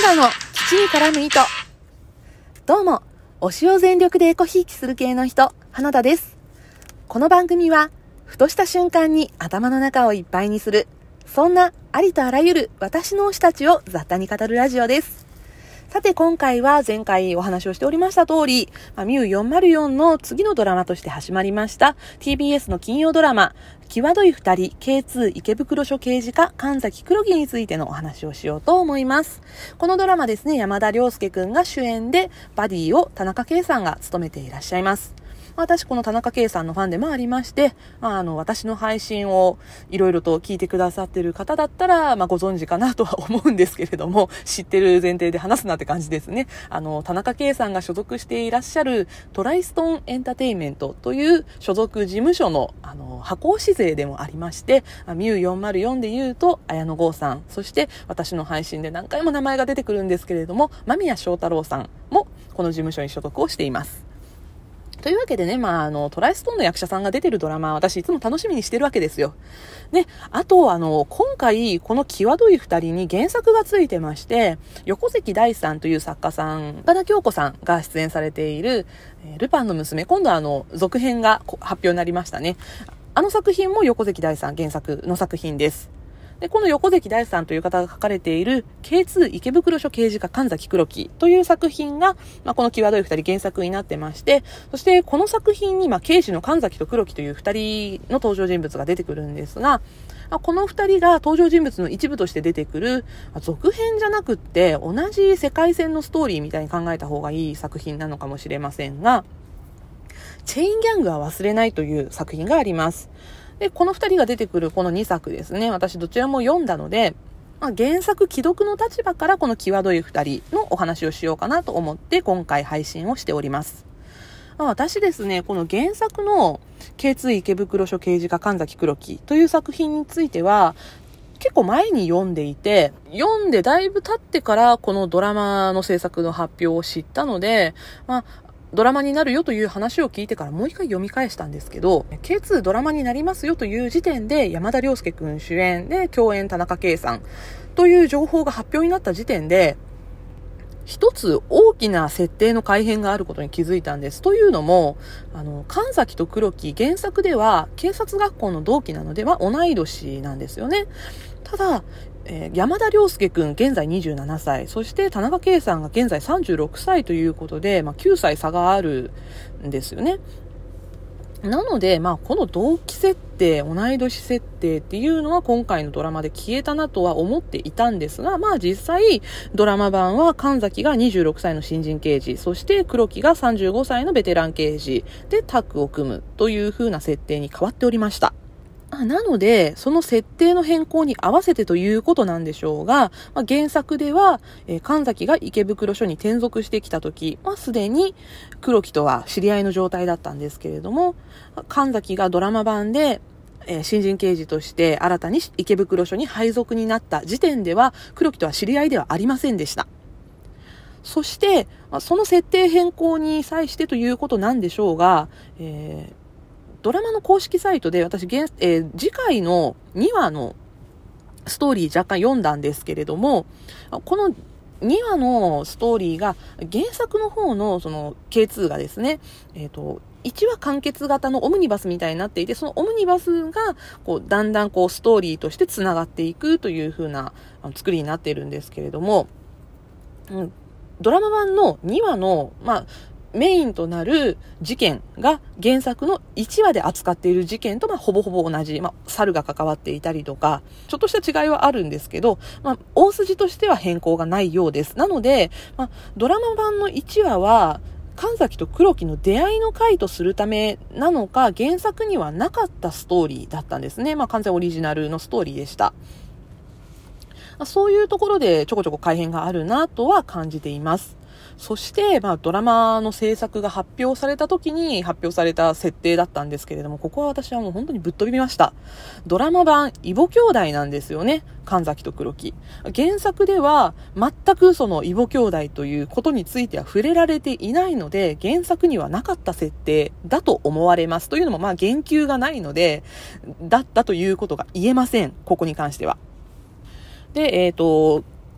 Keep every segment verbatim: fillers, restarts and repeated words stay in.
花田の土に絡む糸。どうも、推しを全力でエコひいきする系の人、花田です。この番組は、ふとした瞬間に頭の中をいっぱいにする、そんなありとあらゆる私の推したちを雑多に語るラジオです。さて今回は前回お話をしておりました通り、まあ、ミューよんまるよんの次のドラマとして始まりました ティービーエス の金曜ドラマ、際どい二人 ケーツー 池袋署刑事課神崎黒木についてのお話をしようと思います。このドラマですね、山田涼介くんが主演で、バディを田中圭さんが務めていらっしゃいます。私この田中圭さんのファンでもありまして、まあ、あの私の配信をいろいろと聞いてくださっている方だったら、まあ、ご存知かなとは思うんですけれども、知ってる前提で話すなって感じですね。あの田中圭さんが所属していらっしゃるトライストーンエンターテインメントという所属事務所のあの箱推し勢でもありまして、ミューよんまるよんで言うと綾野剛さん、そして私の配信で何回も名前が出てくるんですけれども、間宮祥太朗さんもこの事務所に所属をしています。というわけでね、まあ、あの、トライストーンの役者さんが出てるドラマ、私いつも楽しみにしてるわけですよ。で、あと、あの、今回、この際どい二人に原作がついてまして、横関大さんという作家さん、岡田京子さんが出演されている、えー、ルパンの娘、今度あの、続編が発表になりましたね。あの作品も横関大さん原作の作品です。で、この横関大さんという方が書かれている ケーツー 池袋署刑事課神崎黒木という作品が、まあ、この際どい二人原作になってまして、そしてこの作品に、まあ、刑事の神崎と黒木という二人の登場人物が出てくるんですが、まあ、この二人が登場人物の一部として出てくる、まあ、続編じゃなくって同じ世界線のストーリーみたいに考えた方がいい作品なのかもしれませんが、チェインギャングは忘れないという作品があります。で、この二人が出てくるこのにさくですね、私どちらも読んだので、まあ、原作既読の立場からこの際どい二人のお話をしようかなと思って今回配信をしております。まあ、私ですね、この原作の ケーツー 池袋署刑事課神崎黒木という作品については結構前に読んでいて、読んでだいぶ経ってからこのドラマの制作の発表を知ったので、まあドラマになるよという話を聞いてからもう一回読み返したんですけど、ケーツー ドラマになりますよという時点で山田涼介くん主演で共演田中圭さんという情報が発表になった時点で、一つ大きな設定の改変があることに気づいたんです。というのも、あの神崎と黒木、原作では警察学校の同期なのでは同い年なんですよね。ただえー、山田涼介くん現在にじゅうななさい、そして田中圭さんが現在さんじゅうろくさいということで、まあ、きゅうさい差があるんですよね。なので、まあ、この同期設定、同い年設定っていうのは今回のドラマで消えたなとは思っていたんですが、まあ実際ドラマ版は神崎がにじゅうろくさいの新人刑事、そして黒木がさんじゅうごさいのベテラン刑事でタッグを組むという風な設定に変わっておりました。なので、その設定の変更に合わせてということなんでしょうが、まあ、原作では、えー、神崎が池袋署に転属してきたとき、まあ、すでに黒木とは知り合いの状態だったんですけれども、神崎がドラマ版で、えー、新人刑事として新たに池袋署に配属になった時点では、黒木とは知り合いではありませんでした。そして、まあ、その設定変更に際してということなんでしょうが、えードラマの公式サイトで私、えー、次回のにわのストーリー若干読んだんですけれども、このにわのストーリーが原作の方のその ケーツー がですね、えっと、いちわ完結型のオムニバスみたいになっていて、そのオムニバスがこうだんだんこうストーリーとしてつながっていくという風な作りになっているんですけれども、うん、ドラマ版のにわの、まあ、メインとなる事件が原作のいちわで扱っている事件とまあほぼほぼ同じ、まあ、猿が関わっていたりとかちょっとした違いはあるんですけど、まあ、大筋としては変更がないようです。なので、まあ、ドラマ版のいちわは神崎と黒木の出会いの回とするためなのか、原作にはなかったストーリーだったんですね。まあ、完全オリジナルのストーリーでした。そういうところでちょこちょこ改変があるなとは感じています。そして、まあ、ドラマの制作が発表された時に発表された設定だったんですけれども、ここは私はもう本当にぶっ飛びました。ドラマ版、異母兄弟なんですよね。神崎と黒木。原作では全くその異母兄弟ということについては触れられていないので、原作にはなかった設定だと思われます。というのも、まあ、言及がないので、だったということが言えません。ここに関しては。で、えっと、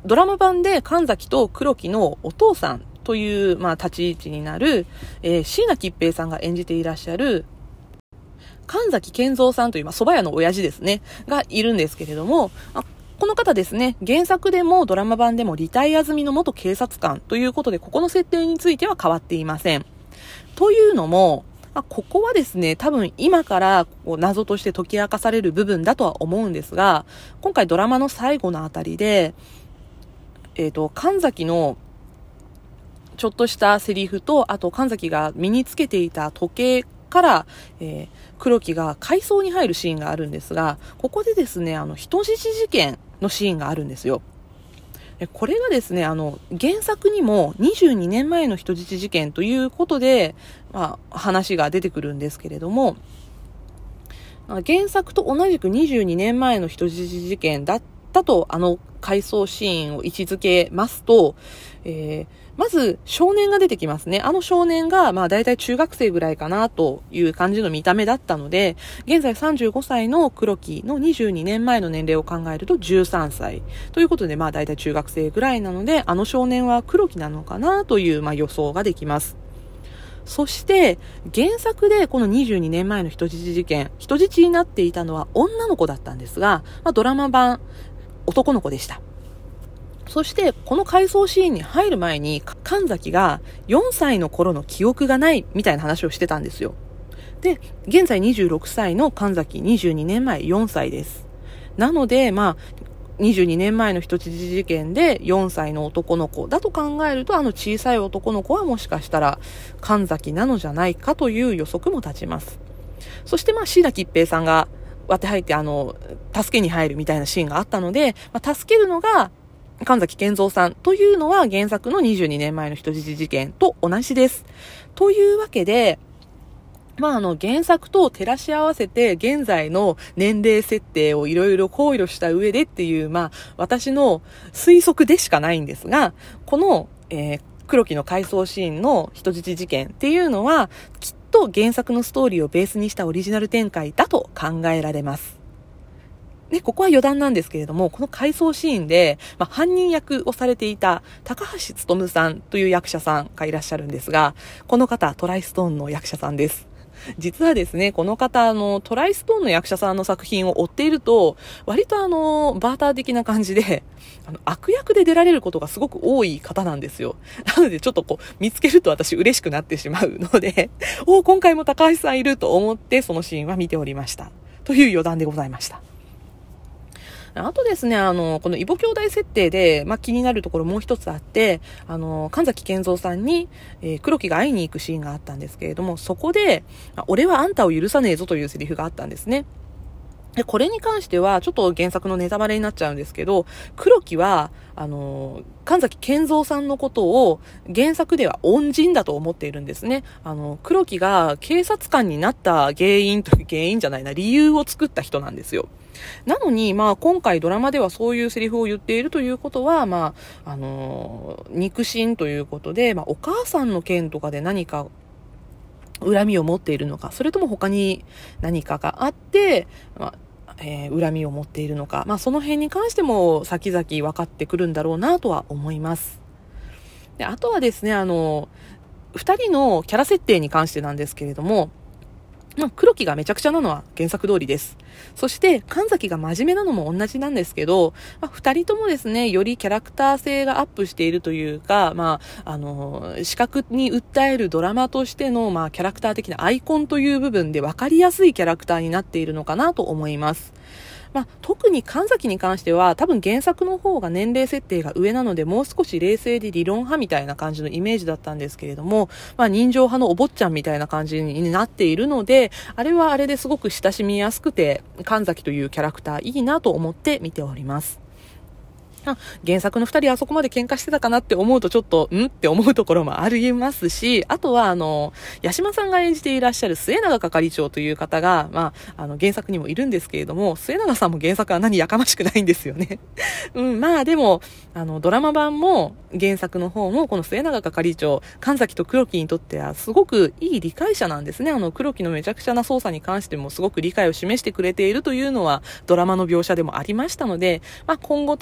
ドラマ版で神崎と黒木のお父さんという、まあ、立ち位置になる、えー、椎名桔平さんが演じていらっしゃる神崎健三さんという、まあ、蕎麦屋の親父ですね、がいるんですけれども、あこの方ですね、原作でもドラマ版でもリタイア済みの元警察官ということで、ここの設定については変わっていません。というのも、まあ、ここはですね、多分今からこう謎として解き明かされる部分だとは思うんですが、今回ドラマの最後のあたりで、えっと、神崎のちょっとしたセリフと、あと神崎が身につけていた時計から、えー、黒木が回想に入るシーンがあるんですが、ここでですね、あの人質事件のシーンがあるんですよ。これがですね、あの原作にもにじゅうにねんまえの人質事件ということで、まあ、話が出てくるんですけれども、原作と同じくにじゅうにねんまえの人質事件だったと、あの回想シーンを位置づけますと、えー、まず少年が出てきますね。あの少年がまあ大体中学生ぐらいかなという感じの見た目だったので、現在さんじゅうごさいの黒木のにじゅうにねんまえの年齢を考えるとじゅうさんさいということで、まあ大体中学生ぐらいなので、あの少年は黒木なのかなというまあ予想ができます。そして原作でこのにじゅうにねんまえの人質事件、人質になっていたのは女の子だったんですが、まあ、ドラマ版男の子でした。そしてこの回想シーンに入る前に神崎がよんさいの頃の記憶がないみたいな話をしてたんですよ。で、現在にじゅうろくさいの神崎、にじゅうにねんまえよんさいです。なので、まあにじゅうにねんまえの人質事件でよんさいの男の子だと考えると、あの小さい男の子はもしかしたら神崎なのじゃないかという予測も立ちます。そしてまあ椎名桔平さんが割って入って、あの助けに入るみたいなシーンがあったので、まあ、助けるのが神崎健三さんというのは原作のにじゅうにねんまえの人質事件と同じです。というわけで、まあ、あの原作と照らし合わせて現在の年齢設定をいろいろ考慮した上でっていう、まあ私の推測でしかないんですが、この、えー、黒木の回想シーンの人質事件っていうのはきっと原作のストーリーをベースにしたオリジナル展開だと考えられます。で、ここは余談なんですけれども、この回想シーンで、まあ、犯人役をされていた高橋勉さんという役者さんがいらっしゃるんですが、この方トライストーンの役者さんです。実はですね、この方、あの、トライストーンの役者さんの作品を追っていると、割とあの、バーター的な感じで、あの、悪役で出られることがすごく多い方なんですよ。なので、ちょっとこう、見つけると私嬉しくなってしまうので、お、今回も高橋さんいると思って、そのシーンは見ておりました。という余談でございました。あとですね、あの、この異母兄弟設定で、まあ、気になるところもう一つあって、あの、神崎健三さんに、えー、黒木が会いに行くシーンがあったんですけれども、そこで、俺はあんたを許さねえぞというセリフがあったんですね。で、これに関しては、ちょっと原作のネタバレになっちゃうんですけど、黒木は、あの、神崎健三さんのことを原作では恩人だと思っているんですね。あの、黒木が警察官になった原因という、原因じゃないな、理由を作った人なんですよ。なのに、まあ、今回ドラマではそういうセリフを言っているということは、まあ、あの、肉親ということで、まあ、お母さんの件とかで何か恨みを持っているのか、それとも他に何かがあって、まあえー、恨みを持っているのか、まあ、その辺に関しても先々分かってくるんだろうなとは思います。で、あとはですね、あの、二人のキャラ設定に関してなんですけれども、まあ、黒木がめちゃくちゃなのは原作通りです。そして神崎が真面目なのも同じなんですけど、まあ、二人ともですね、よりキャラクター性がアップしているというか、まあ、あの、視覚に訴えるドラマとしての、まあ、キャラクター的なアイコンという部分で分かりやすいキャラクターになっているのかなと思います。まあ、特に神崎に関しては多分原作の方が年齢設定が上なのでもう少し冷静で理論派みたいな感じのイメージだったんですけれども、まあ、人情派のお坊ちゃんみたいな感じになっているので、あれはあれですごく親しみやすくて神崎というキャラクターいいなと思って見ております。あ、原作の二人あそこまで喧嘩してたかなって思うとちょっとんって思うところもありますし、あとはあの八島さんが演じていらっしゃる末永係長という方が、まあ、あの原作にもいるんですけれども、末永さんも原作は何やかましくないんですよねうん、まあでもあのドラマ版も原作の方もこの末永係長神崎と黒木にとってはすごくいい理解者なんですね。あの黒木のめちゃくちゃな捜査に関してもすごく理解を示してくれているというのはドラマの描写でもありましたので、まあ、今後ともあの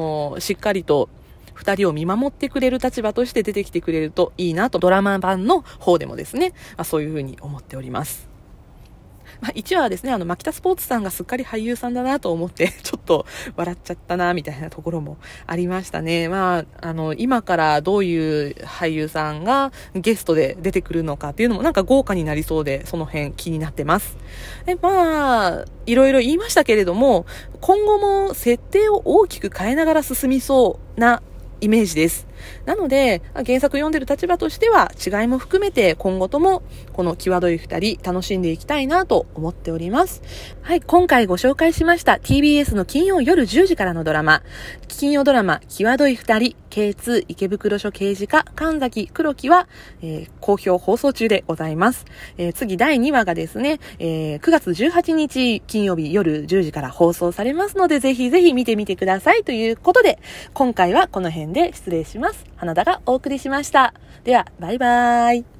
の、しっかりと二人を見守ってくれる立場として出てきてくれるといいなと、ドラマ版の方でもですね、まあ、そういうふうに思っております。まあ、いちわはですね、あの、マキタスポーツさんがすっかり俳優さんだなと思って、ちょっと笑っちゃったな、みたいなところもありましたね。まあ、あの、今からどういう俳優さんがゲストで出てくるのかっていうのもなんか豪華になりそうで、その辺気になってます。で、まあ、いろいろ言いましたけれども、今後も設定を大きく変えながら進みそうなイメージです。なので、原作読んでる立場としては違いも含めて今後ともこの際どい二人楽しんでいきたいなと思っております。はい、今回ご紹介しました ティービーエス の金曜夜じゅうじからのドラマ、金曜ドラマ際どい二人 ケーツー 池袋署刑事課神崎黒木は、えー、好評放送中でございます。えー、次だいにわがですね、えー、くがつじゅうはちにち金曜日夜じゅうじから放送されますので、ぜひぜひ見てみてくださいということで、今回はこの辺で失礼します。花田がお送りしました。では、バイバーイ。